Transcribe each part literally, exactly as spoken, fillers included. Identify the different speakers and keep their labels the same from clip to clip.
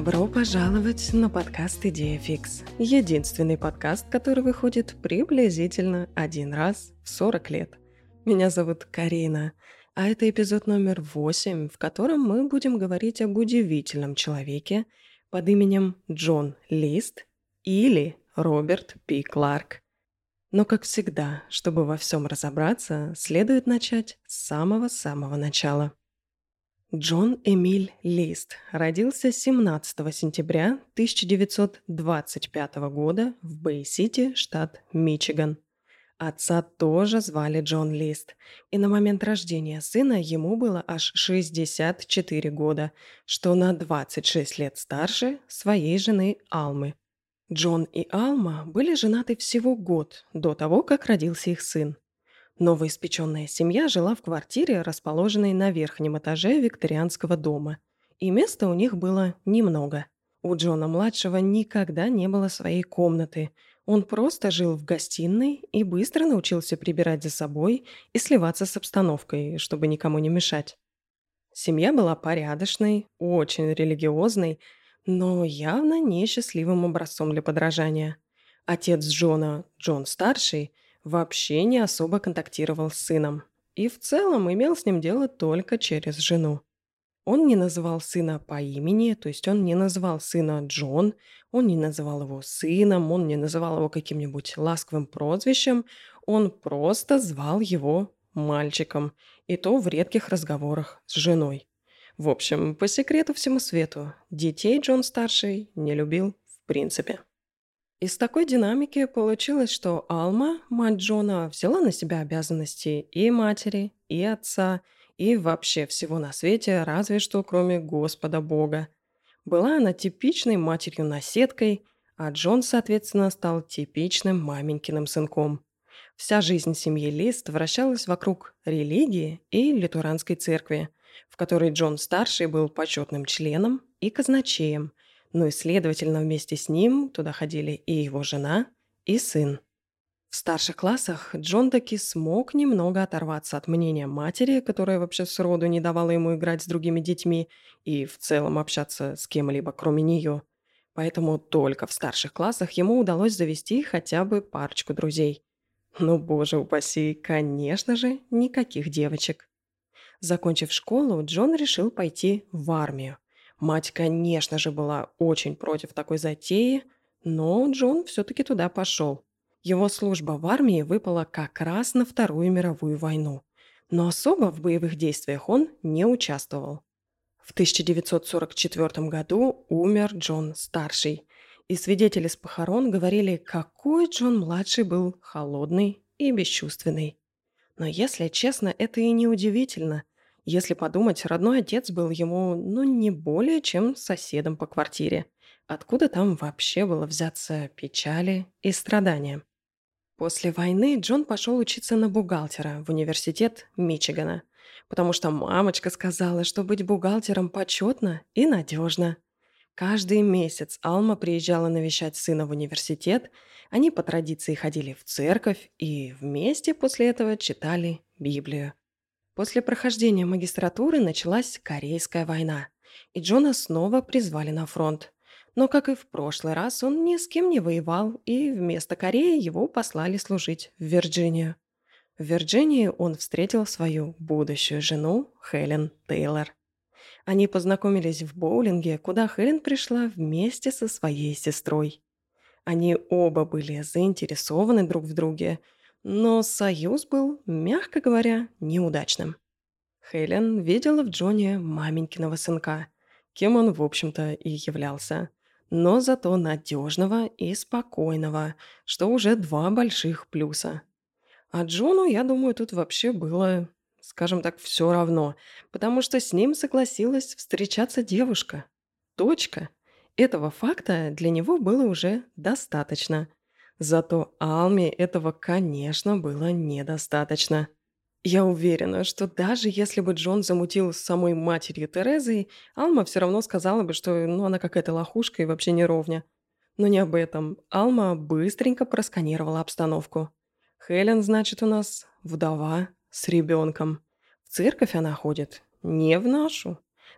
Speaker 1: Добро пожаловать на подкаст «Идея фикс». Единственный подкаст, который выходит приблизительно один раз в сорок лет. Меня зовут Карина, а это эпизод номер восемь, в котором мы будем говорить об удивительном человеке под именем Джон Лист или Роберт П. Кларк. Но, как всегда, чтобы во всем разобраться, следует начать с самого-самого начала. Джон Эмиль Лист родился семнадцатого сентября тысяча девятьсот двадцать пятого года в Бэй-Сити, штат Мичиган. Отца тоже звали Джон Лист, и на момент рождения сына ему было аж шестьдесят четыре года, что на двадцать шесть лет старше своей жены Алмы. Джон и Алма были женаты всего год до того, как родился их сын. Новоиспеченная семья жила в квартире, расположенной на верхнем этаже викторианского дома, и места у них было немного. У Джона-младшего никогда не было своей комнаты, он просто жил в гостиной и быстро научился прибирать за собой и сливаться с обстановкой, чтобы никому не мешать. Семья была порядочной, очень религиозной, но явно несчастливым образцом для подражания. Отец Джона, Джон-старший, вообще не особо контактировал с сыном и в целом имел с ним дело только через жену. Он не называл сына по имени, то есть он не называл сына Джон, он не называл его сыном, он не называл его каким-нибудь ласковым прозвищем, он просто звал его мальчиком, и то в редких разговорах с женой. В общем, по секрету всему свету, детей Джон-старший не любил в принципе. Из такой динамики получилось, что Алма, мать Джона, взяла на себя обязанности и матери, и отца, и вообще всего на свете, разве что кроме Господа Бога. Была она типичной матерью-наседкой, а Джон, соответственно, стал типичным маменькиным сынком. Вся жизнь семьи Лист вращалась вокруг религии и лютеранской церкви, в которой Джон-старший был почетным членом и казначеем, ну и, следовательно, вместе с ним туда ходили и его жена, и сын. В старших классах Джон таки смог немного оторваться от мнения матери, которая вообще сроду не давала ему играть с другими детьми и в целом общаться с кем-либо, кроме нее. Поэтому только в старших классах ему удалось завести хотя бы парочку друзей. Ну, боже упаси, конечно же, никаких девочек. Закончив школу, Джон решил пойти в армию. Мать, конечно же, была очень против такой затеи, но Джон все-таки туда пошел. Его служба в армии выпала как раз на Вторую мировую войну, но особо в боевых действиях он не участвовал. В тысяча девятьсот сорок четвёртом году умер Джон-старший, и свидетели с похорон говорили, какой Джон-младший был холодный и бесчувственный. Но, если честно, это и не удивительно. Если подумать, родной отец был ему, ну, не более чем соседом по квартире. Откуда там вообще было взяться печали и страдания? После войны Джон пошел учиться на бухгалтера в университет Мичигана, потому что мамочка сказала, что быть бухгалтером почетно и надежно. Каждый месяц Алма приезжала навещать сына в университет, они по традиции ходили в церковь и вместе после этого читали Библию. После прохождения магистратуры началась Корейская война, и Джона снова призвали на фронт. Но, как и в прошлый раз, он ни с кем не воевал, и вместо Кореи его послали служить в Вирджинию. В Вирджинии он встретил свою будущую жену Хелен Тейлор. Они познакомились в боулинге, куда Хелен пришла вместе со своей сестрой. Они оба были заинтересованы друг в друге, но союз был, мягко говоря, неудачным. Хелен видела в Джоне маменькиного сынка, кем он, в общем-то, и являлся, но зато надежного и спокойного, что уже два больших плюса. А Джону, я думаю, тут вообще было, скажем так, все равно, потому что с ним согласилась встречаться девушка. Точка. Этого факта для него было уже достаточно. Зато Алме этого, конечно, было недостаточно. Я уверена, что даже если бы Джон замутил с самой матерью Терезой, Алма все равно сказала бы, что ну, она какая-то лохушка и вообще не ровня. Но не об этом. Алма быстренько просканировала обстановку. Хелен, значит, у нас вдова с ребенком. В церковь она ходит не в нашу.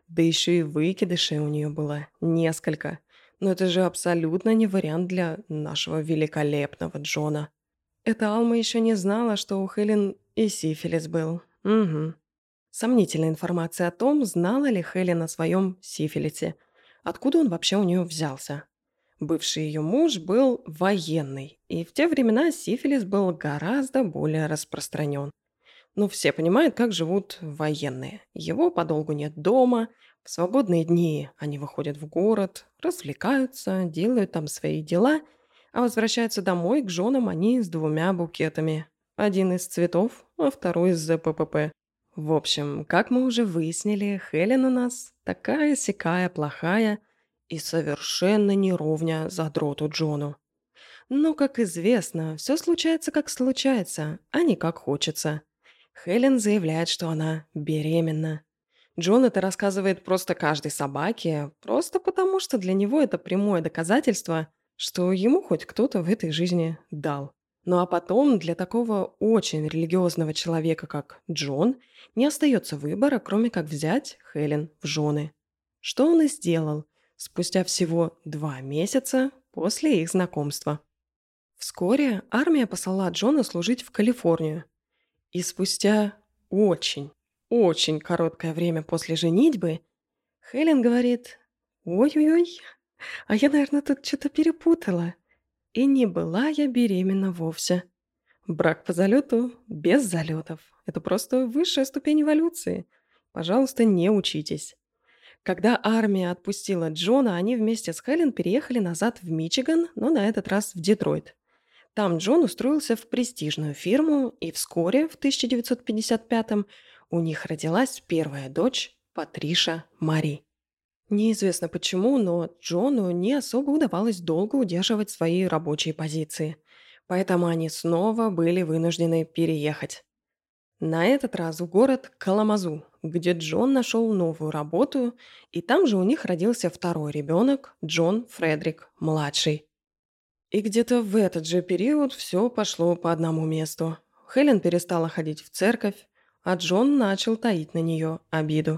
Speaker 1: Да еще и выкидышей у нее было несколько. Но это же абсолютно не вариант для нашего великолепного Джона. Эта Алма еще не знала, что у Хелен и сифилис был. Угу. Сомнительная информация о том, знала ли Хелен о своем сифилисе. Откуда он вообще у нее взялся? Бывший ее муж был военный, и в те времена сифилис был гораздо более распространен. Ну, все понимают, как живут военные. Его подолгу нет дома, в свободные дни они выходят в город, развлекаются, делают там свои дела, а возвращаются домой к женам они с двумя букетами. Один из цветов, а второй из зэ пэ пэ пэ. В общем, как мы уже выяснили, Хелен у нас такая-сякая плохая и совершенно не ровня задроту Джону. Но, как известно, все случается как случается, а не как хочется. Хелен заявляет, что она беременна. Джон это рассказывает просто каждой собаке, просто потому что для него это прямое доказательство, что ему хоть кто-то в этой жизни дал. Ну а потом для такого очень религиозного человека, как Джон, не остается выбора, кроме как взять Хелен в жены. Что он и сделал спустя всего два месяца после их знакомства. Вскоре армия послала Джона служить в Калифорнию. И спустя очень, очень короткое время после женитьбы Хелен говорит: «Ой-ой-ой, а я, наверное, тут что-то перепутала. И не была я беременна вовсе. Брак по залету без залетов. Это просто высшая ступень эволюции. Пожалуйста, не учитесь». Когда армия отпустила Джона, они вместе с Хелен переехали назад в Мичиган, но на этот раз в Детройт. Там Джон устроился в престижную фирму, и вскоре, в тысяча девятьсот пятьдесят пятом, у них родилась первая дочь Патриша Мари. Неизвестно почему, но Джону не особо удавалось долго удерживать свои рабочие позиции. Поэтому они снова были вынуждены переехать. На этот раз в город Каламазу, где Джон нашел новую работу, и там же у них родился второй ребенок, Джон Фредерик-младший. И где-то в этот же период все пошло по одному месту. Хелен перестала ходить в церковь, а Джон начал таить на нее обиду.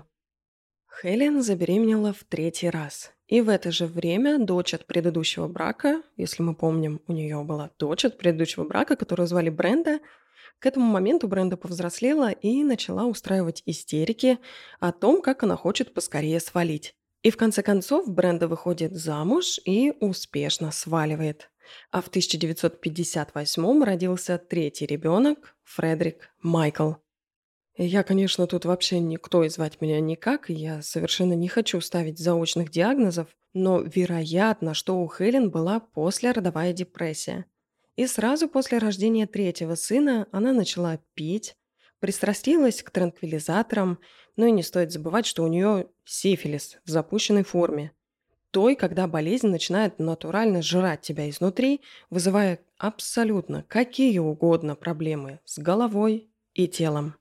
Speaker 1: Хелен забеременела в третий раз. И в это же время дочь от предыдущего брака, если мы помним, у нее была дочь от предыдущего брака, которую звали Бренда, к этому моменту Бренда повзрослела и начала устраивать истерики о том, как она хочет поскорее свалить. И в конце концов Бренда выходит замуж и успешно сваливает. А в тысяча девятьсот пятьдесят восьмом родился третий ребенок, Фредерик Майкл. Я, конечно, тут вообще никто и звать меня никак, и я совершенно не хочу ставить заочных диагнозов, но вероятно, что у Хелен была послеродовая депрессия. И сразу после рождения третьего сына она начала пить, пристрастилась к транквилизаторам, но и не стоит забывать, что у нее сифилис в запущенной форме. Той, когда болезнь начинает натурально жрать тебя изнутри, вызывая абсолютно какие угодно проблемы с головой и телом.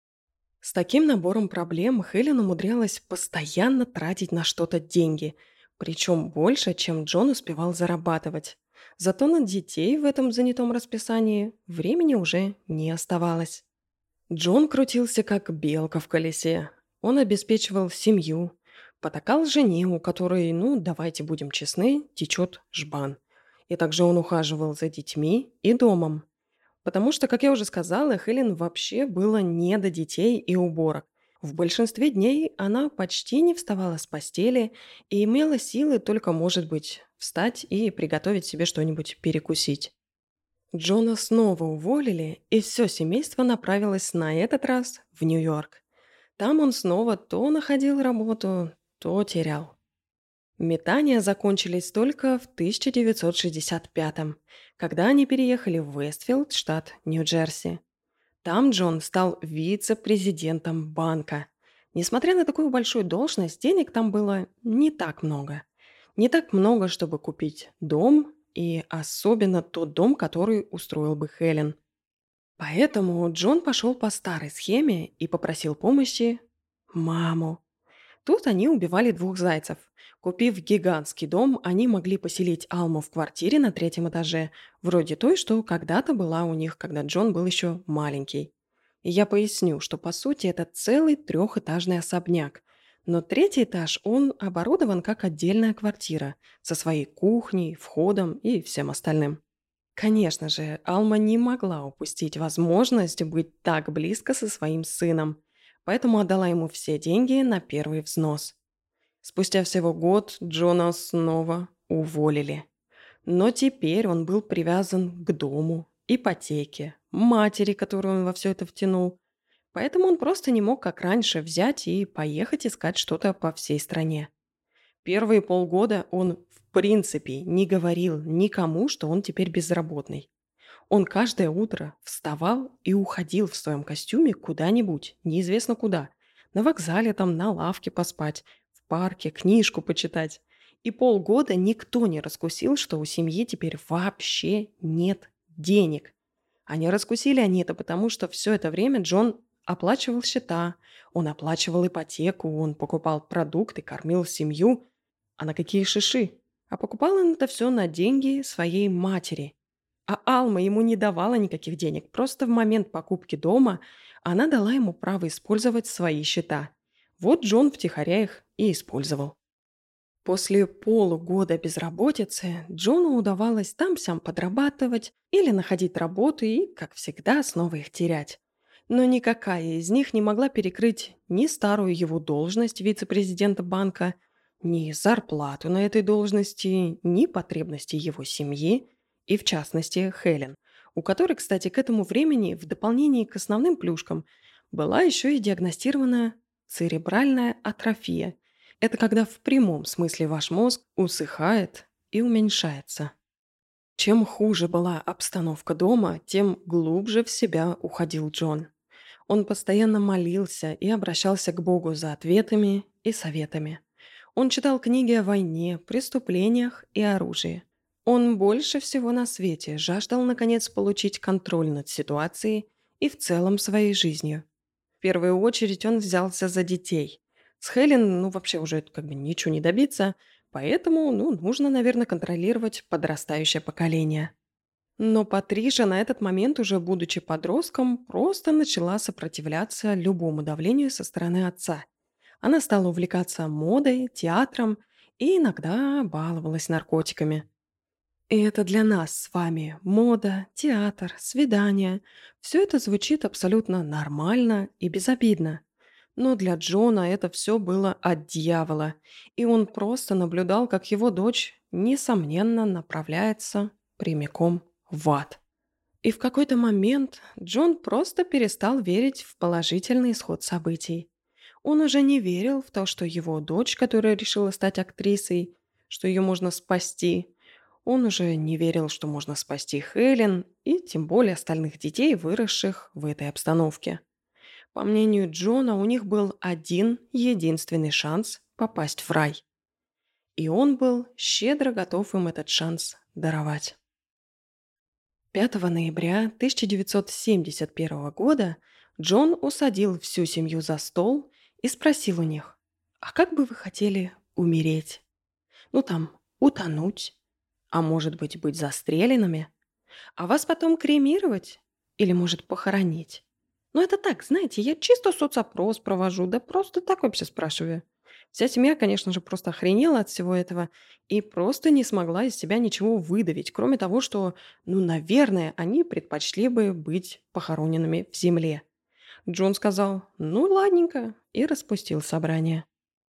Speaker 1: С таким набором проблем Хелен умудрялась постоянно тратить на что-то деньги, причем больше, чем Джон успевал зарабатывать. Зато на детей в этом занятом расписании времени уже не оставалось. Джон крутился как белка в колесе. Он обеспечивал семью, потакал жене, у которой, ну, давайте будем честны, течет жбан. И также он ухаживал за детьми и домом. Потому что, как я уже сказала, Хелен вообще было не до детей и уборок. В большинстве дней она почти не вставала с постели и имела силы только, может быть, встать и приготовить себе что-нибудь перекусить. Джона снова уволили, и все семейство направилось на этот раз в Нью-Йорк. Там он снова то находил работу, то терял. Метания закончились только в тысяча девятьсот шестьдесят пятом, когда они переехали в Вестфилд, штат Нью-Джерси. Там Джон стал вице-президентом банка. Несмотря на такую большую должность, денег там было не так много. Не так много, чтобы купить дом, и особенно тот дом, который устроил бы Хелен. Поэтому Джон пошел по старой схеме и попросил помощи маму. Тут они убивали двух зайцев. Купив гигантский дом, они могли поселить Алму в квартире на третьем этаже, вроде той, что когда-то была у них, когда Джон был еще маленький. И я поясню, что по сути это целый трехэтажный особняк. Но третий этаж, он оборудован как отдельная квартира со своей кухней, входом и всем остальным. Конечно же, Алма не могла упустить возможность быть так близко со своим сыном, поэтому отдала ему все деньги на первый взнос. Спустя всего год Джона снова уволили. Но теперь он был привязан к дому, ипотеке, матери, которую он во все это втянул. Поэтому он просто не мог, как раньше, взять и поехать искать что-то по всей стране. Первые полгода он в принципе не говорил никому, что он теперь безработный. Он каждое утро вставал и уходил в своем костюме куда-нибудь, неизвестно куда. На вокзале, там, на лавке поспать, в парке, книжку почитать. И полгода никто не раскусил, что у семьи теперь вообще нет денег. А не раскусили они это потому, что все это время Джон оплачивал счета, он оплачивал ипотеку, он покупал продукты, кормил семью. А на какие шиши? А покупал он это все на деньги своей матери. А Алма ему не давала никаких денег. Просто в момент покупки дома она дала ему право использовать свои счета. Вот Джон втихаря их и использовал. После полугода безработицы Джону удавалось там-сям подрабатывать или находить работу и, как всегда, снова их терять. Но никакая из них не могла перекрыть ни старую его должность вице-президента банка, ни зарплату на этой должности, ни потребности его семьи и, в частности, Хелен, у которой, кстати, к этому времени, в дополнение к основным плюшкам, была еще и диагностирована церебральная атрофия. Это когда в прямом смысле ваш мозг усыхает и уменьшается. Чем хуже была обстановка дома, тем глубже в себя уходил Джон. Он постоянно молился и обращался к Богу за ответами и советами. Он читал книги о войне, преступлениях и оружии. Он больше всего на свете жаждал, наконец, получить контроль над ситуацией и в целом своей жизнью. В первую очередь он взялся за детей. С Хелен, ну, вообще уже как бы ничего не добиться, поэтому, ну, нужно, наверное, контролировать подрастающее поколение. Но Патриша на этот момент, уже будучи подростком, просто начала сопротивляться любому давлению со стороны отца. Она стала увлекаться модой, театром и иногда баловалась наркотиками. И это для нас с вами мода, театр, свидания. Все это звучит абсолютно нормально и безобидно. Но для Джона это все было от дьявола, и он просто наблюдал, как его дочь, несомненно, направляется прямиком в ад. И в какой-то момент Джон просто перестал верить в положительный исход событий. Он уже не верил в то, что его дочь, которая решила стать актрисой, что ее можно спасти. Он уже не верил, что можно спасти Хелен и тем более остальных детей, выросших в этой обстановке. По мнению Джона, у них был один единственный шанс попасть в рай. И он был щедро готов им этот шанс даровать. пятого ноября тысяча девятьсот семьдесят первого года Джон усадил всю семью за стол и спросил у них: «А как бы вы хотели умереть? Ну там, утонуть? А может быть, быть застреленными? А вас потом кремировать? Или, может, похоронить? Ну это так, знаете, я чисто соцопрос провожу, да просто так вообще спрашиваю». Вся семья, конечно же, просто охренела от всего этого и просто не смогла из себя ничего выдавить, кроме того, что, ну, наверное, они предпочли бы быть похороненными в земле. Джон сказал: «Ну, ладненько», и распустил собрание.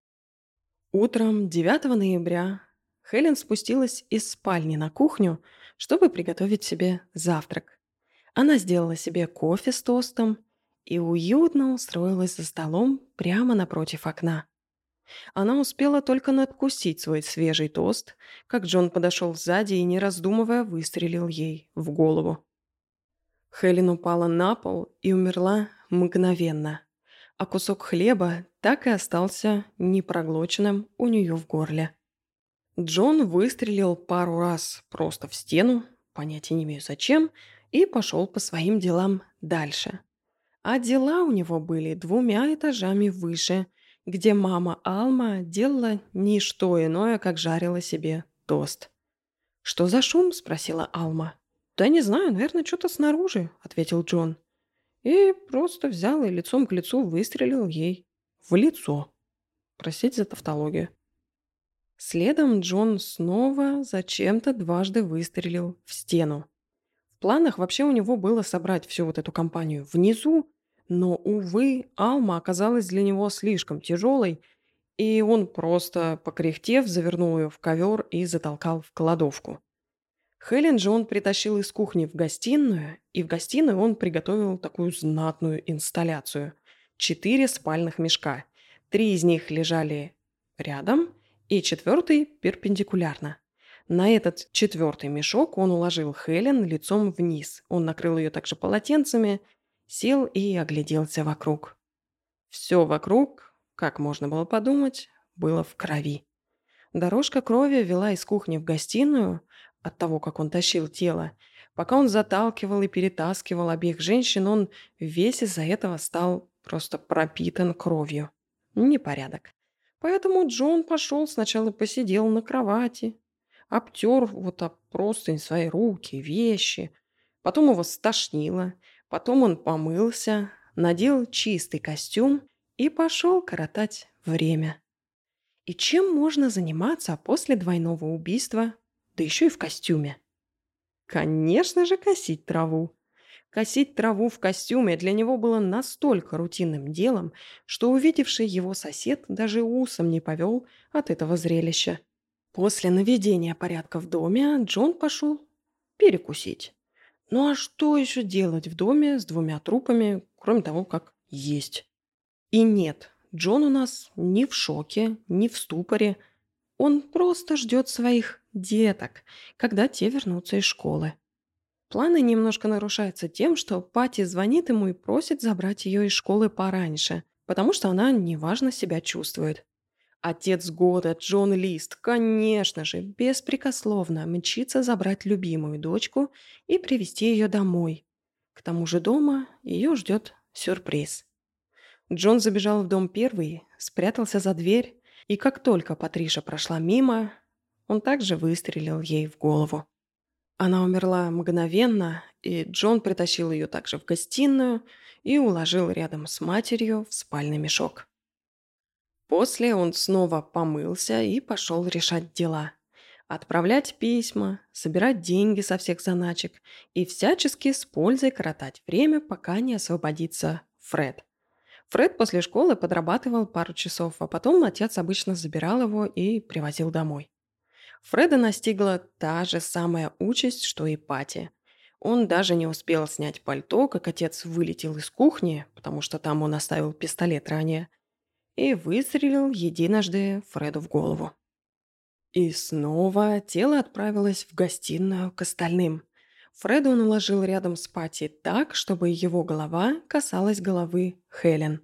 Speaker 1: Утром девятого ноября Хелен спустилась из спальни на кухню, чтобы приготовить себе завтрак. Она сделала себе кофе с тостом и уютно устроилась за столом прямо напротив окна. Она успела только надкусить свой свежий тост, как Джон подошел сзади и, не раздумывая, выстрелил ей в голову. Хелен упала на пол и умерла мгновенно, а кусок хлеба так и остался непроглоченным у нее в горле. Джон выстрелил пару раз просто в стену, понятия не имею зачем, и пошел по своим делам дальше. А дела у него были двумя этажами выше, где мама Алма делала не что иное, как жарила себе тост. «Что за шум?» – спросила Алма. «Да не знаю, наверное, что-то снаружи», – ответил Джон. И просто взял и лицом к лицу выстрелил ей в лицо. Простите за тавтологию. Следом Джон снова зачем-то дважды выстрелил в стену. В планах вообще у него было собрать всю вот эту компанию внизу, но, увы, Алма оказалась для него слишком тяжелой, и он просто, покряхтев, завернул ее в ковер и затолкал в кладовку. Хелен же он притащил из кухни в гостиную, и в гостиной он приготовил такую знатную инсталляцию. Четыре спальных мешка. Три из них лежали рядом, и четвертый перпендикулярно. На этот четвертый мешок он уложил Хелен лицом вниз. Он накрыл ее также полотенцами, сел и огляделся вокруг. Все вокруг, как можно было подумать, было в крови. Дорожка крови вела из кухни в гостиную от того, как он тащил тело. Пока он заталкивал и перетаскивал обеих женщин, он весь из-за этого стал просто пропитан кровью. Непорядок. Поэтому Джон пошел сначала посидел на кровати, обтер вот об простынь свои руки, вещи. Потом его стошнило. Потом он помылся, надел чистый костюм и пошел коротать время. И чем можно заниматься после двойного убийства, да еще и в костюме? Конечно же, косить траву. Косить траву в костюме для него было настолько рутинным делом, что увидевший его сосед даже усом не повел от этого зрелища. После наведения порядка в доме Джон пошел перекусить. Ну а что еще делать в доме с двумя трупами, кроме того, как есть? И нет, Джон у нас ни в шоке, ни в ступоре. Он просто ждет своих деток, когда те вернутся из школы. Планы немножко нарушаются тем, что Пати звонит ему и просит забрать ее из школы пораньше, потому что она неважно себя чувствует. Отец года Джон Лист, конечно же, беспрекословно мчится забрать любимую дочку и привезти ее домой. К тому же дома ее ждет сюрприз. Джон забежал в дом первый, спрятался за дверь, и как только Патриша прошла мимо, он также выстрелил ей в голову. Она умерла мгновенно, и Джон притащил ее также в гостиную и уложил рядом с матерью в спальный мешок. После он снова помылся и пошел решать дела. Отправлять письма, собирать деньги со всех заначек и всячески с пользой коротать время, пока не освободится Фред. Фред после школы подрабатывал пару часов, а потом отец обычно забирал его и привозил домой. Фреда настигла та же самая участь, что и Пати. Он даже не успел снять пальто, как отец вылетел из кухни, потому что там он оставил пистолет ранее, и выстрелил единожды Фреду в голову. И снова тело отправилось в гостиную к остальным. Фреда он уложил рядом с Пати так, чтобы его голова касалась головы Хелен.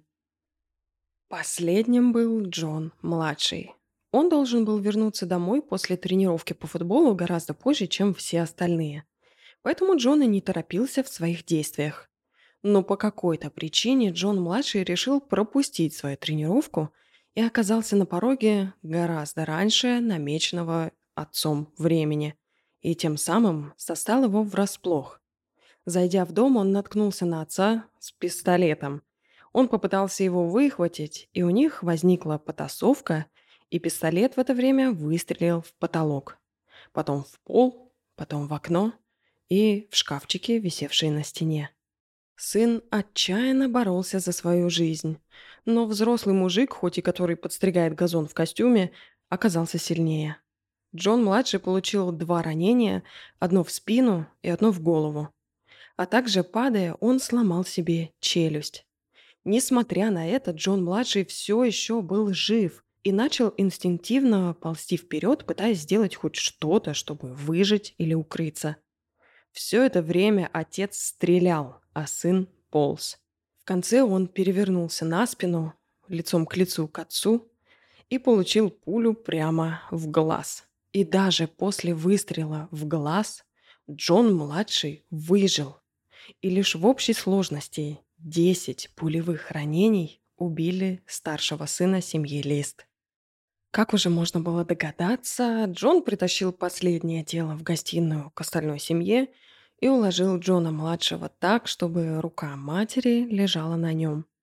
Speaker 1: Последним был Джон-младший. Он должен был вернуться домой после тренировки по футболу гораздо позже, чем все остальные. Поэтому Джон и не торопился в своих действиях. Но по какой-то причине Джон-младший решил пропустить свою тренировку и оказался на пороге гораздо раньше намеченного отцом времени, и тем самым застал его врасплох. Зайдя в дом, он наткнулся на отца с пистолетом. Он попытался его выхватить, и у них возникла потасовка, и пистолет в это время выстрелил в потолок. Потом в пол, потом в окно и в шкафчики, висевшие на стене. Сын отчаянно боролся за свою жизнь, но взрослый мужик, хоть и который подстригает газон в костюме, оказался сильнее. Джон-младший получил два ранения, одно в спину и одно в голову. А также, падая, он сломал себе челюсть. Несмотря на это, Джон-младший все еще был жив и начал инстинктивно ползти вперед, пытаясь сделать хоть что-то, чтобы выжить или укрыться. Все это время отец стрелял, а сын полз. В конце он перевернулся на спину, лицом к лицу к отцу, и получил пулю прямо в глаз. И даже после выстрела в глаз Джон-младший выжил. И лишь в общей сложности десять пулевых ранений убили старшего сына семьи Лист. Как уже можно было догадаться, Джон притащил последнее тело в гостиную к остальной семье и уложил Джона-младшего так, чтобы рука матери лежала на нем.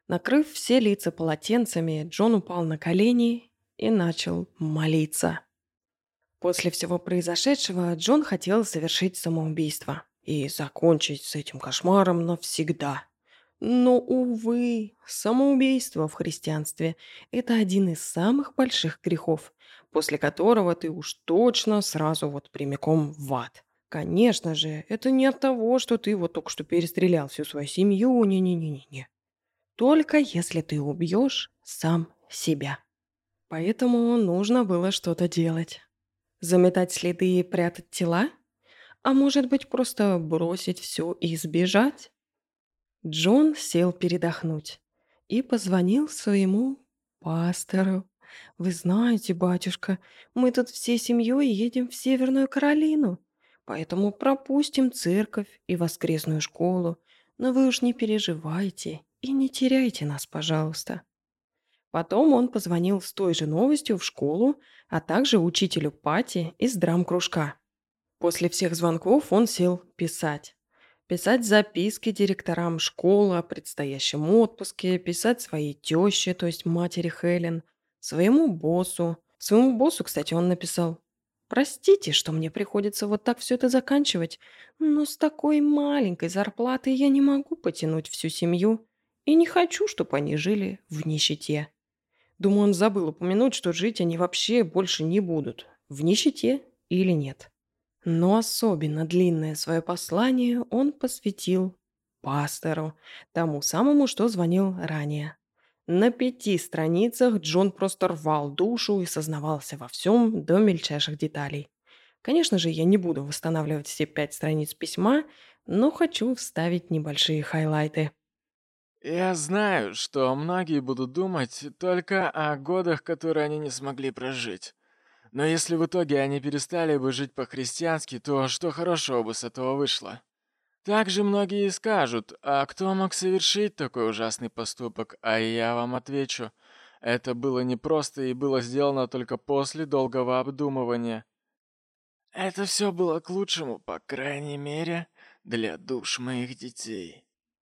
Speaker 1: Накрыв все лица полотенцами, Джон упал на колени и начал молиться. После всего произошедшего Джон хотел совершить самоубийство и закончить с этим кошмаром навсегда. Но, увы, самоубийство в христианстве – это один из самых больших грехов, после которого ты уж точно сразу вот прямиком в ад. Конечно же, это не от того, что ты вот только что перестрелял всю свою семью, не-не-не-не. Только если ты убьешь сам себя. Поэтому нужно было что-то делать. Заметать следы и прятать тела? А может быть, просто бросить все и сбежать? Джон сел передохнуть и позвонил своему пастору. «Вы знаете, батюшка, мы тут всей семьей едем в Северную Каролину, поэтому пропустим церковь и воскресную школу, но вы уж не переживайте и не теряйте нас, пожалуйста». Потом он позвонил с той же новостью в школу, а также учителю Пати из драм-кружка. После всех звонков он сел писать. Писать записки директорам школы о предстоящем отпуске, писать своей тёще, то есть матери Хелен, своему боссу. Своему боссу, кстати, он написал: «Простите, что мне приходится вот так все это заканчивать, но с такой маленькой зарплатой я не могу потянуть всю семью и не хочу, чтобы они жили в нищете». Думаю, он забыл упомянуть, что жить они вообще больше не будут, в нищете или нет. Но особенно длинное свое послание он посвятил пастору, тому самому, что звонил ранее. На пяти страницах Джон просто рвал душу и сознавался во всем до мельчайших деталей. Конечно же, я не буду восстанавливать все пять страниц письма, но хочу вставить небольшие хайлайты.
Speaker 2: Я знаю, что многие будут думать только о годах, которые они не смогли прожить. Но если в итоге они перестали бы жить по-христиански, то что хорошего бы с этого вышло? Также многие скажут: а кто мог совершить такой ужасный поступок? А я вам отвечу: это было непросто и было сделано только после долгого обдумывания. Это все было к лучшему, по крайней мере, для душ моих детей.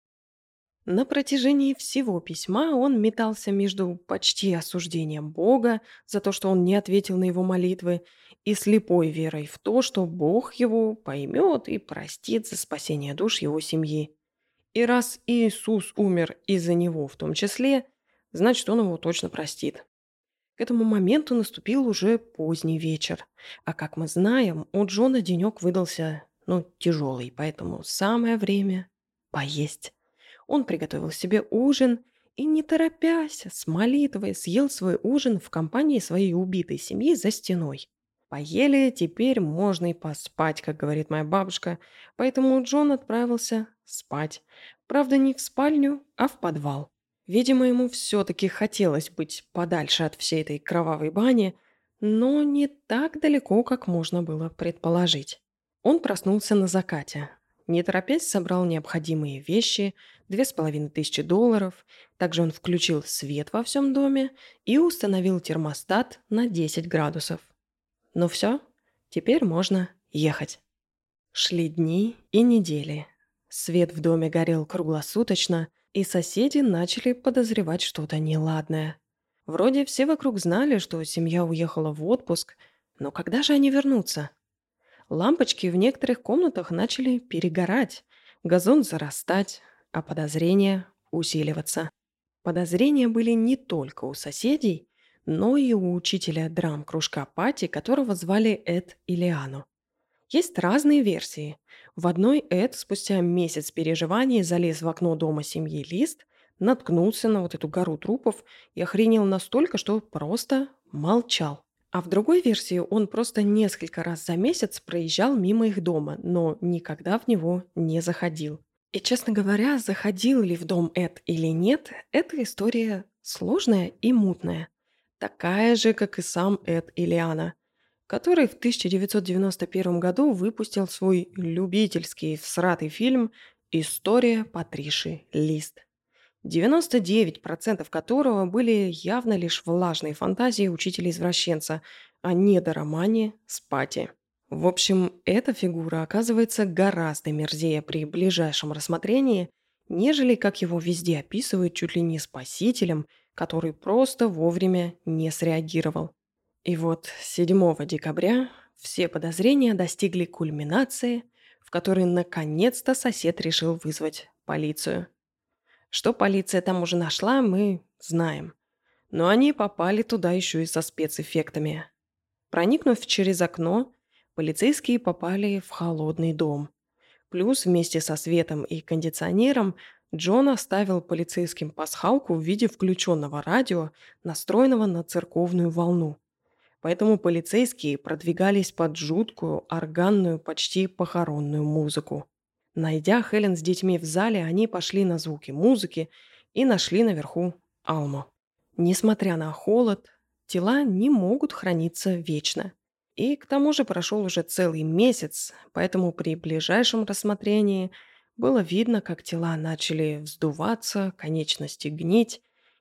Speaker 1: На протяжении всего письма он метался между почти осуждением Бога за то, что он не ответил на его молитвы, и слепой верой в то, что Бог его поймет и простит за спасение душ его семьи. И раз Иисус умер из-за него в том числе, значит, он его точно простит. К этому моменту наступил уже поздний вечер. А как мы знаем, у Джона денек выдался, ну, тяжелый, поэтому самое время поесть. Он приготовил себе ужин и, не торопясь, с молитвой съел свой ужин в компании своей убитой семьи за стеной. Поели, теперь можно и поспать, как говорит моя бабушка, поэтому Джон отправился спать. Правда, не в спальню, а в подвал. Видимо, ему все-таки хотелось быть подальше от всей этой кровавой бани, но не так далеко, как можно было предположить. Он проснулся на закате. Не торопясь, собрал необходимые вещи, две с половиной тысячи долларов. Также он включил свет во всем доме и установил термостат на десять градусов. Ну все, теперь можно ехать. Шли дни и недели. Свет в доме горел круглосуточно, и соседи начали подозревать что-то неладное. Вроде все вокруг знали, что семья уехала в отпуск, но когда же они вернутся? Лампочки в некоторых комнатах начали перегорать, газон зарастать, а подозрения усиливаться. Подозрения были не только у соседей, но и у учителя драм-кружка Пати, которого звали Эд Илиану. Есть разные версии. В одной Эд спустя месяц переживаний залез в окно дома семьи Лист, наткнулся на вот эту гору трупов и охренел настолько, что просто молчал. А в другой версии он просто несколько раз за месяц проезжал мимо их дома, но никогда в него не заходил. И, честно говоря, заходил ли в дом Эд или нет, эта история сложная и мутная. Такая же, как и сам Эд Илиана, который в тысяча девятьсот девяносто первом году выпустил свой любительский всратый фильм «История Патриши Лист», девяносто девять процентов которого были явно лишь влажной фантазией учителя-извращенца, а не доромане с Пати. В общем, эта фигура оказывается гораздо мерзее при ближайшем рассмотрении, нежели как его везде описывают чуть ли не спасителем, который просто вовремя не среагировал. И вот седьмого декабря все подозрения достигли кульминации, в которой наконец-то сосед решил вызвать полицию. Что полиция там уже нашла, мы знаем. Но они попали туда еще и со спецэффектами. Проникнув через окно, полицейские попали в холодный дом. Плюс вместе со светом и кондиционером Джон оставил полицейским пасхалку в виде включенного радио, настроенного на церковную волну. Поэтому полицейские продвигались под жуткую, органную, почти похоронную музыку. Найдя Хелен с детьми в зале, они пошли на звуки музыки и нашли наверху Алму. Несмотря на холод, тела не могут храниться вечно. И к тому же прошел уже целый месяц, поэтому при ближайшем рассмотрении было видно, как тела начали вздуваться, конечности гнить,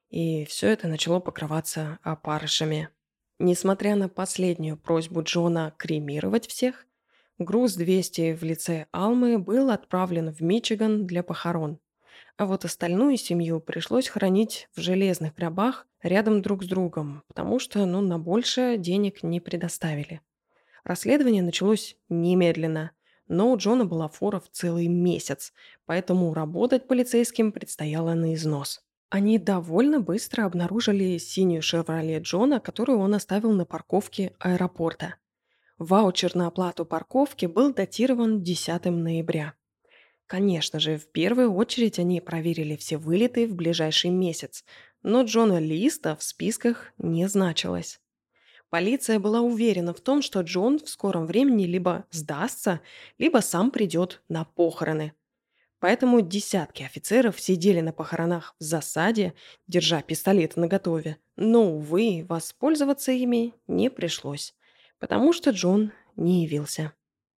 Speaker 1: и все это начало покрываться опарышами. Несмотря на последнюю просьбу Джона кремировать всех, груз двести в лице Алмы был отправлен в Мичиган для похорон. А вот остальную семью пришлось хранить в железных гробах рядом друг с другом, потому что ну, на большее денег не предоставили. Расследование началось немедленно, но у Джона была фора в целый месяц, поэтому работать полицейским предстояло на износ. Они довольно быстро обнаружили синюю «Шевроле» Джона, которую он оставил на парковке аэропорта. Ваучер на оплату парковки был датирован десятого ноября. Конечно же, в первую очередь они проверили все вылеты в ближайший месяц, но Джона Листа в списках не значилось. Полиция была уверена в том, что Джон в скором времени либо сдастся, либо сам придет на похороны. Поэтому десятки офицеров сидели на похоронах в засаде, держа пистолеты наготове. Но, увы, воспользоваться ими не пришлось, потому что Джон не явился.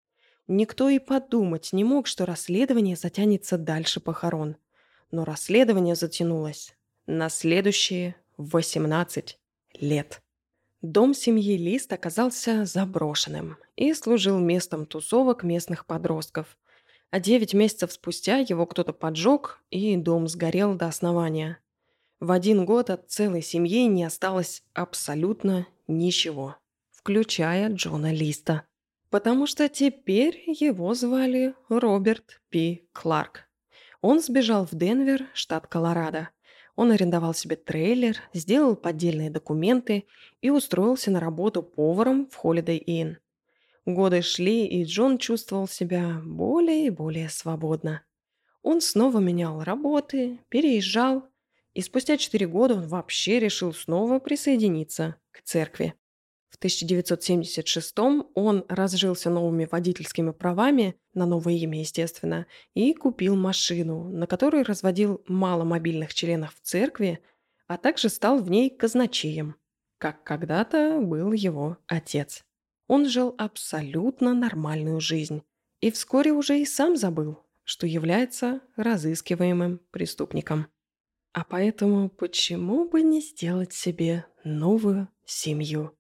Speaker 1: Никто и подумать не мог, что расследование затянется дальше похорон. Но расследование затянулось на следующие восемнадцать лет. Дом семьи Лист оказался заброшенным и служил местом тусовок местных подростков. А девять месяцев спустя его кто-то поджег, и дом сгорел до основания. В один год от целой семьи не осталось абсолютно ничего, включая Джона Листа. Потому что теперь его звали Роберт П. Кларк. Он сбежал в Денвер, штат Колорадо. Он арендовал себе трейлер, сделал поддельные документы и устроился на работу поваром в Holiday Inn. Годы шли, и Джон чувствовал себя более и более свободно. Он снова менял работы, переезжал, и спустя четыре года он вообще решил снова присоединиться к церкви. В тысяча девятьсот семьдесят шестом он разжился новыми водительскими правами, на новое имя, естественно, и купил машину, на которой разводил маломобильных членов церкви, а также стал в ней казначеем, как когда-то был его отец. Он жил абсолютно нормальную жизнь и вскоре уже и сам забыл, что является разыскиваемым преступником. А поэтому почему бы не сделать себе новую семью?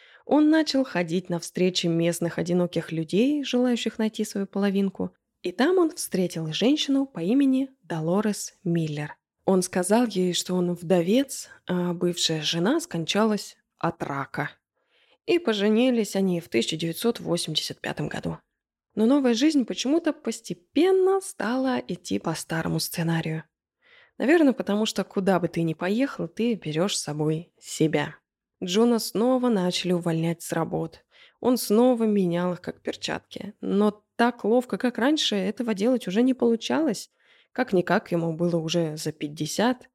Speaker 1: Он начал ходить на встречи местных одиноких людей, желающих найти свою половинку, и там он встретил женщину по имени Долорес Миллер. Он сказал ей, что он вдовец, а бывшая жена скончалась от рака. И поженились они в тысяча девятьсот восемьдесят пятом году. Но новая жизнь почему-то постепенно стала идти по старому сценарию. Наверное, потому что куда бы ты ни поехал, ты берешь с собой себя. Джона снова начали увольнять с работ. Он снова менял их как перчатки. Но так ловко, как раньше, этого делать уже не получалось. Как-никак ему было уже за пятьдесят.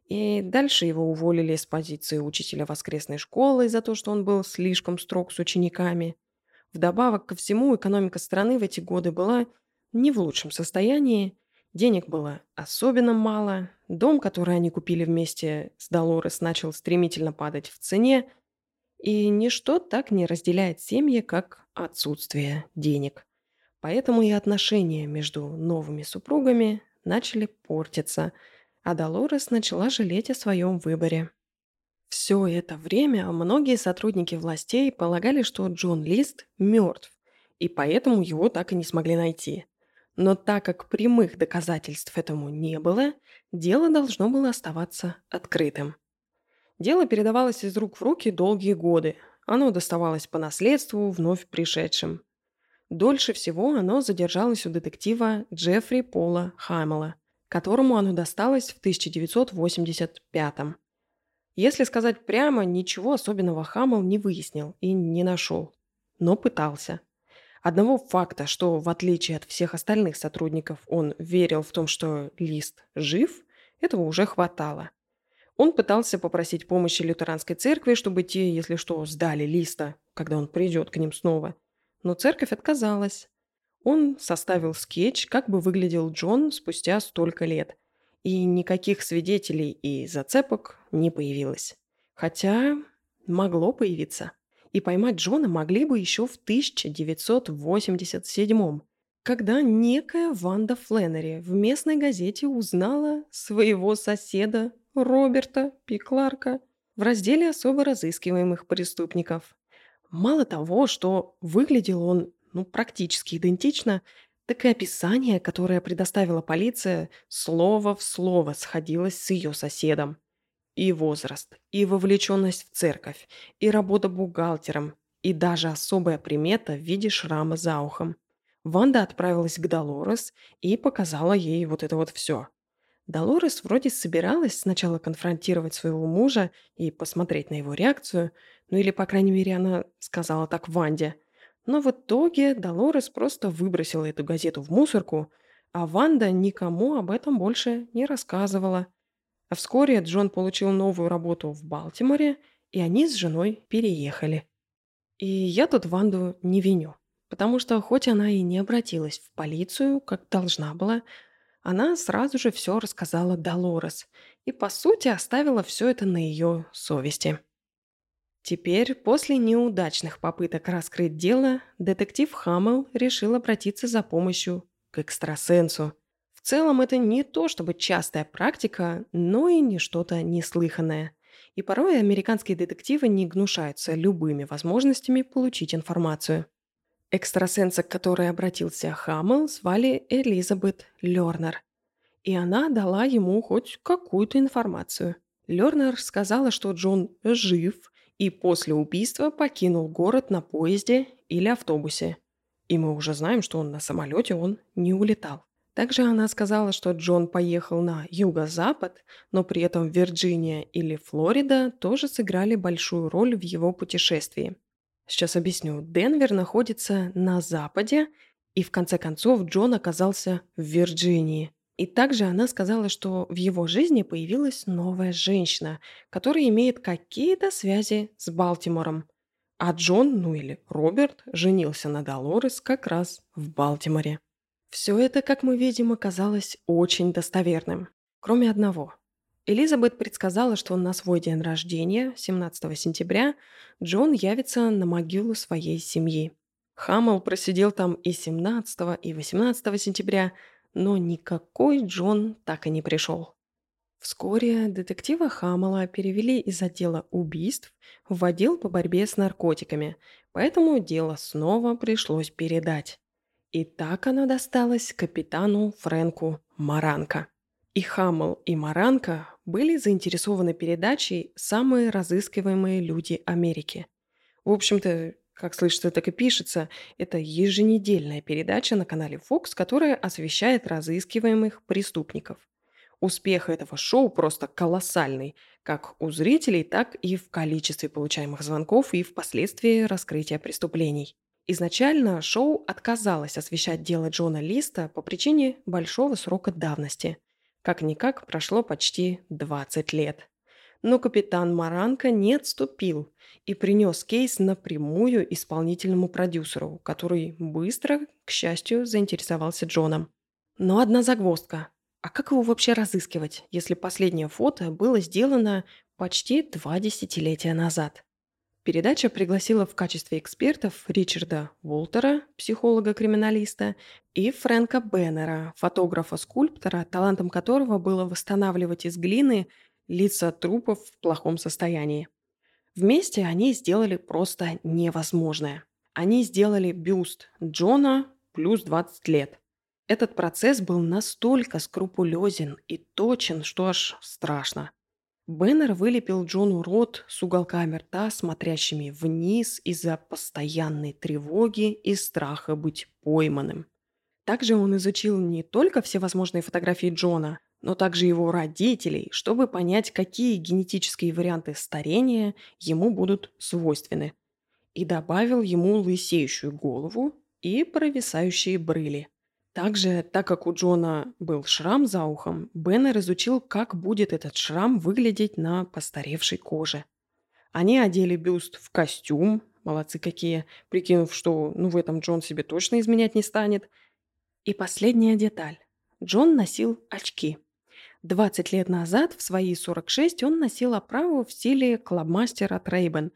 Speaker 1: И дальше его уволили с позиции учителя воскресной школы за то, что он был слишком строг с учениками. Вдобавок ко всему, экономика страны в эти годы была не в лучшем состоянии. Денег было особенно мало. Дом, который они купили вместе с Долорес, начал стремительно падать в цене. И ничто так не разделяет семьи, как отсутствие денег. Поэтому и отношения между новыми супругами начали портиться, а Долорес начала жалеть о своем выборе. Все это время многие сотрудники властей полагали, что Джон Лист мертв, и поэтому его так и не смогли найти. Но так как прямых доказательств этому не было, дело должно было оставаться открытым. Дело передавалось из рук в руки долгие годы. Оно доставалось по наследству вновь пришедшим. Дольше всего оно задержалось у детектива Джеффри Пола Хаймела, которому оно досталось в тысяча девятьсот восемьдесят пятом. Если сказать прямо, ничего особенного Хаммел не выяснил и не нашел, но пытался. Одного факта, что в отличие от всех остальных сотрудников он верил в том, что Лист жив, этого уже хватало. Он пытался попросить помощи лютеранской церкви, чтобы те, если что, сдали Листа, когда он придет к ним снова. Но церковь отказалась. Он составил скетч, как бы выглядел Джон спустя столько лет. И никаких свидетелей и зацепок не появилось. Хотя могло появиться. И поймать Джона могли бы еще в тысяча девятьсот восемьдесят седьмом, когда некая Ванда Фленнери в местной газете узнала своего соседа Роберта Пи Кларка в разделе особо разыскиваемых преступников. Мало того, что выглядел он ну, практически идентично, так и описание, которое предоставила полиция, слово в слово сходилось с ее соседом. И возраст, и вовлеченность в церковь, и работа бухгалтером, и даже особая примета в виде шрама за ухом. Ванда отправилась к Долорес и показала ей вот это вот все. Долорес вроде собиралась сначала конфронтировать своего мужа и посмотреть на его реакцию, ну или, по крайней мере, она сказала так Ванде. Но в итоге Долорес просто выбросила эту газету в мусорку, а Ванда никому об этом больше не рассказывала. А вскоре Джон получил новую работу в Балтиморе, и они с женой переехали. И я тут Ванду не виню, потому что хоть она и не обратилась в полицию, как должна была, она сразу же все рассказала Долорес и, по сути, оставила все это на ее совести. Теперь, после неудачных попыток раскрыть дело, детектив Хаммел решил обратиться за помощью к экстрасенсу. В целом, это не то чтобы частая практика, но и не что-то неслыханное. И порой американские детективы не гнушаются любыми возможностями получить информацию. Экстрасенса, к которой обратился Хаммел, звали Элизабет Лернер. И она дала ему хоть какую-то информацию. Лернер сказала, что Джон жив и после убийства покинул город на поезде или автобусе. И мы уже знаем, что он на самолете, он не улетал. Также она сказала, что Джон поехал на юго-запад, но при этом Вирджиния или Флорида тоже сыграли большую роль в его путешествии. Сейчас объясню. Денвер находится на западе, и в конце концов Джон оказался в Вирджинии. И также она сказала, что в его жизни появилась новая женщина, которая имеет какие-то связи с Балтимором. А Джон, ну или Роберт, женился на Долорес как раз в Балтиморе. Все это, как мы видим, оказалось очень достоверным. Кроме одного. Элизабет предсказала, что на свой день рождения, семнадцатого сентября, Джон явится на могилу своей семьи. Хаммел просидел там и семнадцатого, и восемнадцатого сентября, но никакой Джон так и не пришел. Вскоре детектива Хаммела перевели из отдела убийств в отдел по борьбе с наркотиками, поэтому дело снова пришлось передать. И так оно досталось капитану Фрэнку Маранко. И Хаммел, и Маранко были заинтересованы передачей «Самые разыскиваемые люди Америки». В общем-то, как слышится, так и пишется, это еженедельная передача на канале Fox, которая освещает разыскиваемых преступников. Успех этого шоу просто колоссальный, как у зрителей, так и в количестве получаемых звонков и впоследствии раскрытия преступлений. Изначально шоу отказалось освещать дело Джона Листа по причине большого срока давности. Как-никак прошло почти двадцать лет. Но капитан Маранко не отступил и принес кейс напрямую исполнительному продюсеру, который быстро, к счастью, заинтересовался Джоном. Но одна загвоздка. А как его вообще разыскивать, если последнее фото было сделано почти два десятилетия назад? Передача пригласила в качестве экспертов Ричарда Уолтера, психолога-криминалиста, и Фрэнка Беннера, фотографа-скульптора, талантом которого было восстанавливать из глины лица трупов в плохом состоянии. Вместе они сделали просто невозможное. Они сделали бюст Джона плюс двадцать лет. Этот процесс был настолько скрупулезен и точен, что аж страшно. Беннер вылепил Джону рот с уголками рта, смотрящими вниз из-за постоянной тревоги и страха быть пойманным. Также он изучил не только всевозможные фотографии Джона, но также его родителей, чтобы понять, какие генетические варианты старения ему будут свойственны, и добавил ему лысеющую голову и провисающие брыли. Также, так как у Джона был шрам за ухом, Беннер изучил, как будет этот шрам выглядеть на постаревшей коже. Они одели бюст в костюм, молодцы какие, прикинув, что ну в этом Джон себе точно изменять не станет. И последняя деталь. Джон носил очки. двадцать лет назад, в свои сорок шесть, он носил оправу в стиле клабмастер от Ray-Ban,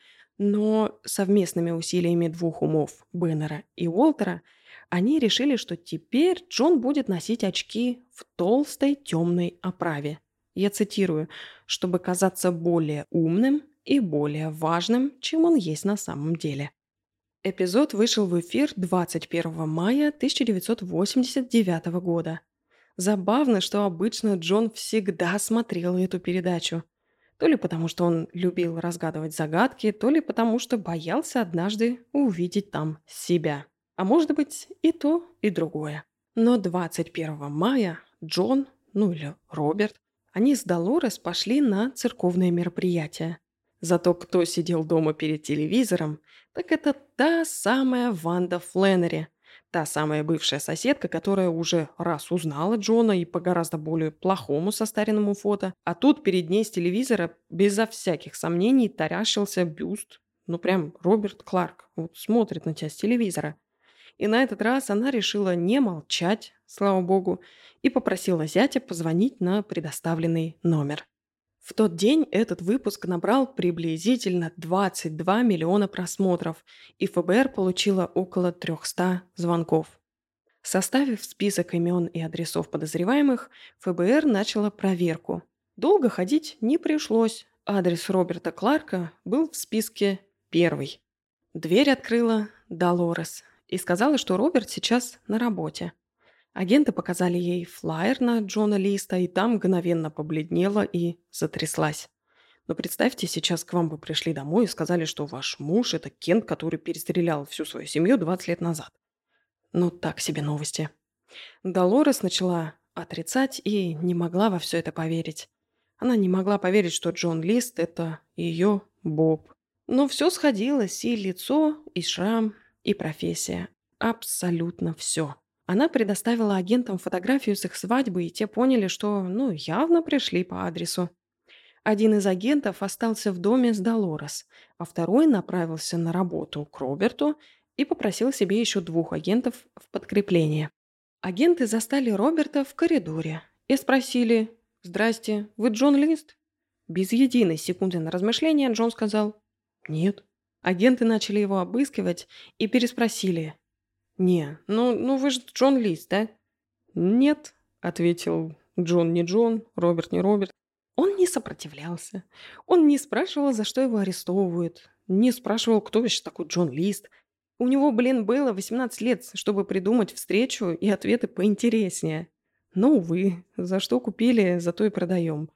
Speaker 1: но совместными усилиями двух умов, Беннера и Уолтера, они решили, что теперь Джон будет носить очки в толстой темной оправе. Я цитирую, чтобы казаться более умным и более важным, чем он есть на самом деле. Эпизод вышел в эфир двадцать первого мая тысяча девятьсот восемьдесят девятого года. Забавно, что обычно Джон всегда смотрел эту передачу. То ли потому, что он любил разгадывать загадки, то ли потому, что боялся однажды увидеть там себя. А может быть и то, и другое. Но двадцать первого мая Джон, ну или Роберт, они с Долорес пошли на церковное мероприятие. Зато кто сидел дома перед телевизором, так это та самая Ванда Фленнери, та самая бывшая соседка, которая уже раз узнала Джона и по гораздо более плохому состаренному фото, а тут перед ней с телевизора безо всяких сомнений таращился бюст. Ну прям Роберт Кларк вот смотрит на тебя с телевизора. И на этот раз она решила не молчать, слава богу, и попросила зятя позвонить на предоставленный номер. В тот день этот выпуск набрал приблизительно двадцать два миллиона просмотров, и эф бэ эр получило около триста звонков. Составив список имен и адресов подозреваемых, эф бэ эр начало проверку. Долго ходить не пришлось. Адрес Роберта Кларка был в списке первый. Дверь открыла Долорес и сказала, что Роберт сейчас на работе. Агенты показали ей флаер на Джона Листа, и там мгновенно побледнела и затряслась. Но представьте, сейчас к вам бы пришли домой и сказали, что ваш муж – это Кент, который перестрелял всю свою семью двадцать лет назад. Ну, так себе новости. Долорес начала отрицать и не могла во все это поверить. Она не могла поверить, что Джон Лист – это ее Боб. Но все сходилось, и лицо, и шрам, и профессия. Абсолютно все. Она предоставила агентам фотографию с их свадьбы, и те поняли, что, ну, явно пришли по адресу. Один из агентов остался в доме с Долорес, а второй направился на работу к Роберту и попросил себе еще двух агентов в подкрепление. Агенты застали Роберта в коридоре и спросили: «Здрасте, вы Джон Лист?» Без единой секунды на размышление Джон сказал: «Нет». Агенты начали его обыскивать и переспросили: «Не, ну, ну вы же Джон Лист, да?» «Нет», — ответил Джон не Джон, Роберт не Роберт. Он не сопротивлялся. Он не спрашивал, за что его арестовывают. Не спрашивал, кто вообще такой Джон Лист. У него, блин, было восемнадцать лет, чтобы придумать встречу и ответы поинтереснее. Но, увы, за что купили, зато и продаем.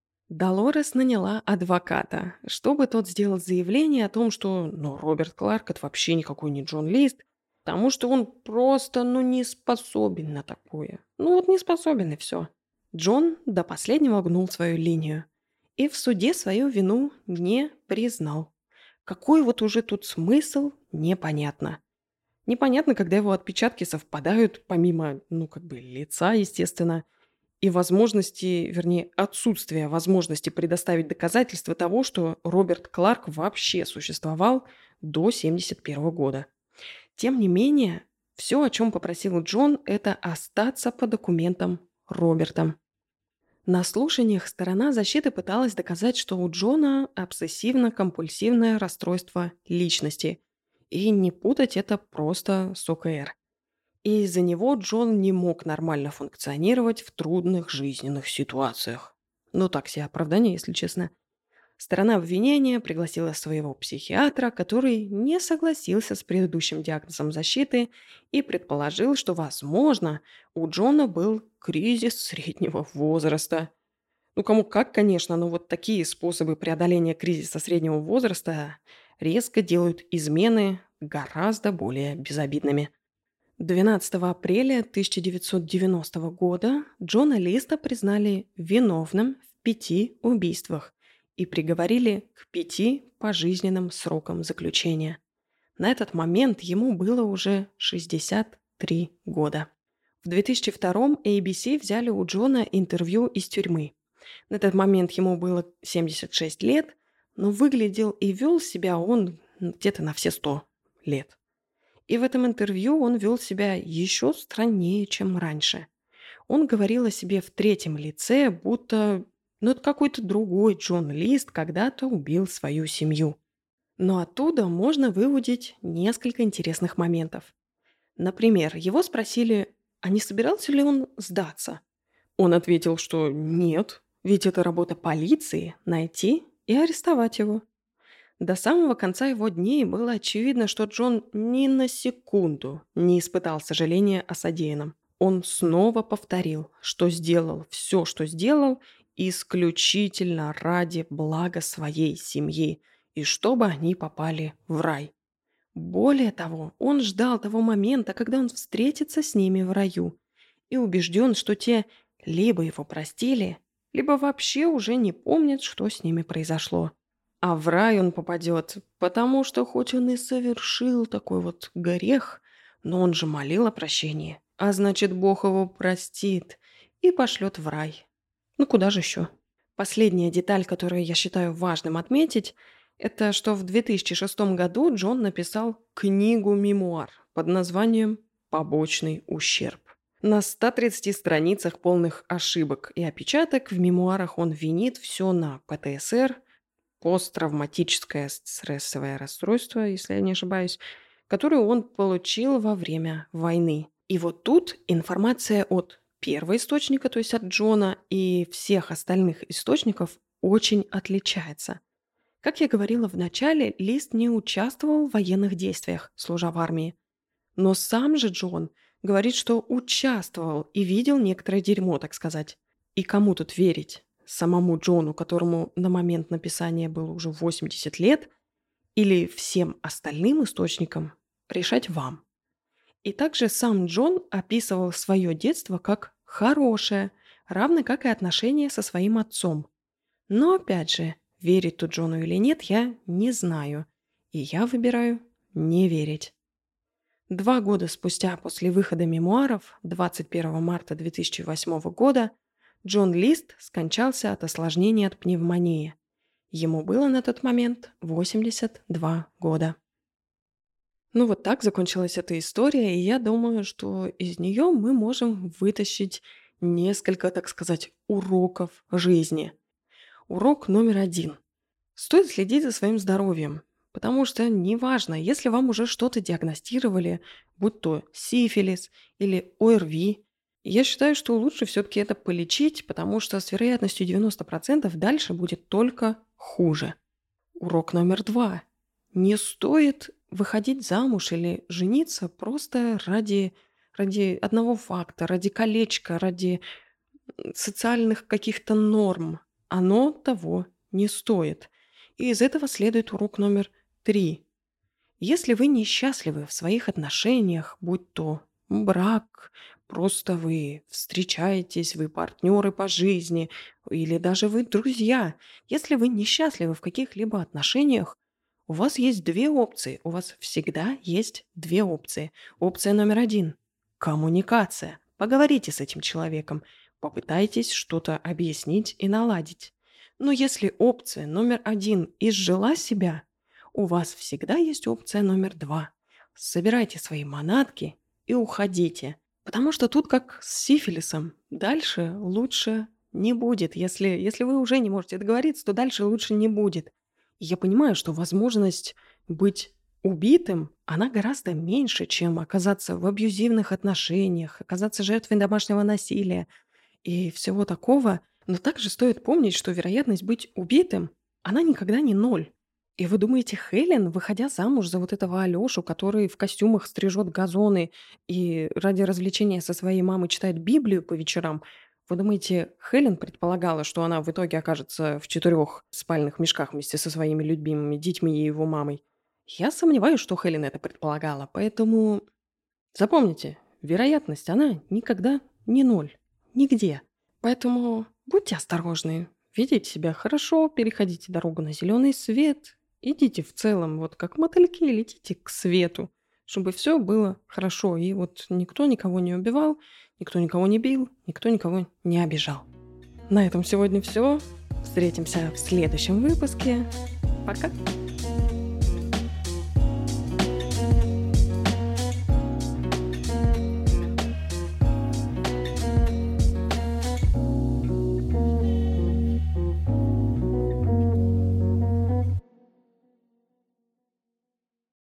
Speaker 1: Долорес наняла адвоката, чтобы тот сделал заявление о том, что ну, Роберт Кларк – это вообще никакой не Джон Лист, потому что он просто, ну, не способен на такое. Ну, вот не способен, и все. Джон до последнего гнул свою линию и в суде свою вину не признал. Какой вот уже тут смысл, непонятно. Непонятно, когда его отпечатки совпадают, помимо, ну, как бы, лица, естественно, и возможности, вернее, отсутствия возможности предоставить доказательства того, что Роберт Кларк вообще существовал до семьдесят первого года. Тем не менее, все, о чем попросил Джон, это остаться по документам Роберта. На слушаниях сторона защиты пыталась доказать, что у Джона обсессивно-компульсивное расстройство личности, и не путать это просто с о ка эр. И из-за него Джон не мог нормально функционировать в трудных жизненных ситуациях. Ну так себе оправдание, если честно. Сторона обвинения пригласила своего психиатра, который не согласился с предыдущим диагнозом защиты и предположил, что, возможно, у Джона был кризис среднего возраста. Ну, кому как, конечно, но вот такие способы преодоления кризиса среднего возраста резко делают измены гораздо более безобидными. двенадцатого апреля тысяча девятьсот девяностого года Джона Листа признали виновным в пяти убийствах и приговорили к пяти пожизненным срокам заключения. На этот момент ему было уже шестьдесят три года. В две тысячи втором эй би си взяли у Джона интервью из тюрьмы. На этот момент ему было семьдесят шесть лет, но выглядел и вел себя он где-то на все сто лет. И в этом интервью он вел себя еще страннее, чем раньше. Он говорил о себе в третьем лице, будто ну, это какой-то другой Джон Лист когда-то убил свою семью. Но оттуда можно выудить несколько интересных моментов. Например, его спросили, а не собирался ли он сдаться? Он ответил, что нет, ведь это работа полиции – найти и арестовать его. До самого конца его дней было очевидно, что Джон ни на секунду не испытал сожаления о содеянном. Он снова повторил, что сделал все, что сделал, исключительно ради блага своей семьи, и чтобы они попали в рай. Более того, он ждал того момента, когда он встретится с ними в раю, и убежден, что те либо его простили, либо вообще уже не помнят, что с ними произошло. А в рай он попадет, потому что хоть он и совершил такой вот грех, но он же молил о прощении, а значит, Бог его простит и пошлет в рай. Ну куда же еще? Последняя деталь, которую я считаю важным отметить, это что в две тысячи шестом году Джон написал книгу-мемуар под названием «Побочный ущерб». На ста тридцати страницах полных ошибок и опечаток в мемуарах он винит все на пэ тэ эс эр, посттравматическое стрессовое расстройство, если я не ошибаюсь, которое он получил во время войны. И вот тут информация от первого источника, то есть от Джона, и всех остальных источников очень отличается. Как я говорила в начале, Лист не участвовал в военных действиях, служа в армии. Но сам же Джон говорит, что участвовал и видел некоторое дерьмо, так сказать. И кому тут верить? Самому Джону, которому на момент написания было уже восемьдесят лет, или всем остальным источникам, решать вам. И также сам Джон описывал свое детство как хорошее, равно как и отношения со своим отцом. Но опять же, верить тут Джону или нет, я не знаю. И я выбираю не верить. Два года спустя после выхода мемуаров, двадцать первого марта две тысячи восьмого года, Джон Лист скончался от осложнений от пневмонии. Ему было на тот момент восемьдесят два года. Ну вот так закончилась эта история, и я думаю, что из нее мы можем вытащить несколько, так сказать, уроков жизни. Урок номер один. Стоит следить за своим здоровьем, потому что неважно, если вам уже что-то диагностировали, будь то сифилис или о эр ви, я считаю, что лучше все-таки это полечить, потому что с вероятностью девяносто процентов дальше будет только хуже. Урок номер два. Не стоит выходить замуж или жениться просто ради, ради одного факта, ради колечка, ради социальных каких-то норм. Оно того не стоит. И из этого следует урок номер три. Если вы несчастливы в своих отношениях, будь то брак, просто вы встречаетесь, вы партнеры по жизни, или даже вы друзья, если вы несчастливы в каких-либо отношениях, у вас есть две опции. У вас всегда есть две опции. Опция номер один – коммуникация. Поговорите с этим человеком. Попытайтесь что-то объяснить и наладить. Но если опция номер один изжила себя, у вас всегда есть опция номер два. Собирайте свои манатки и уходите. Потому что тут как с сифилисом. Дальше лучше не будет. Если, если вы уже не можете договориться, то дальше лучше не будет. Я понимаю, что возможность быть убитым, она гораздо меньше, чем оказаться в абьюзивных отношениях, оказаться жертвой домашнего насилия и всего такого. Но также стоит помнить, что вероятность быть убитым она никогда не ноль. И вы думаете, Хелен, выходя замуж за вот этого Алёшу, который в костюмах стрижет газоны и ради развлечения со своей мамой читает Библию по вечерам, вы думаете, Хелен предполагала, что она в итоге окажется в четырех спальных мешках вместе со своими любимыми детьми и его мамой? Я сомневаюсь, что Хелен это предполагала, поэтому запомните, вероятность, она никогда не ноль. Нигде. Поэтому будьте осторожны, ведите себя хорошо, переходите дорогу на зеленый свет, идите в целом, вот как мотыльки, летите к свету, чтобы все было хорошо. И вот никто никого не убивал, никто никого не бил, никто никого не обижал. На этом сегодня все. Встретимся в следующем выпуске. Пока!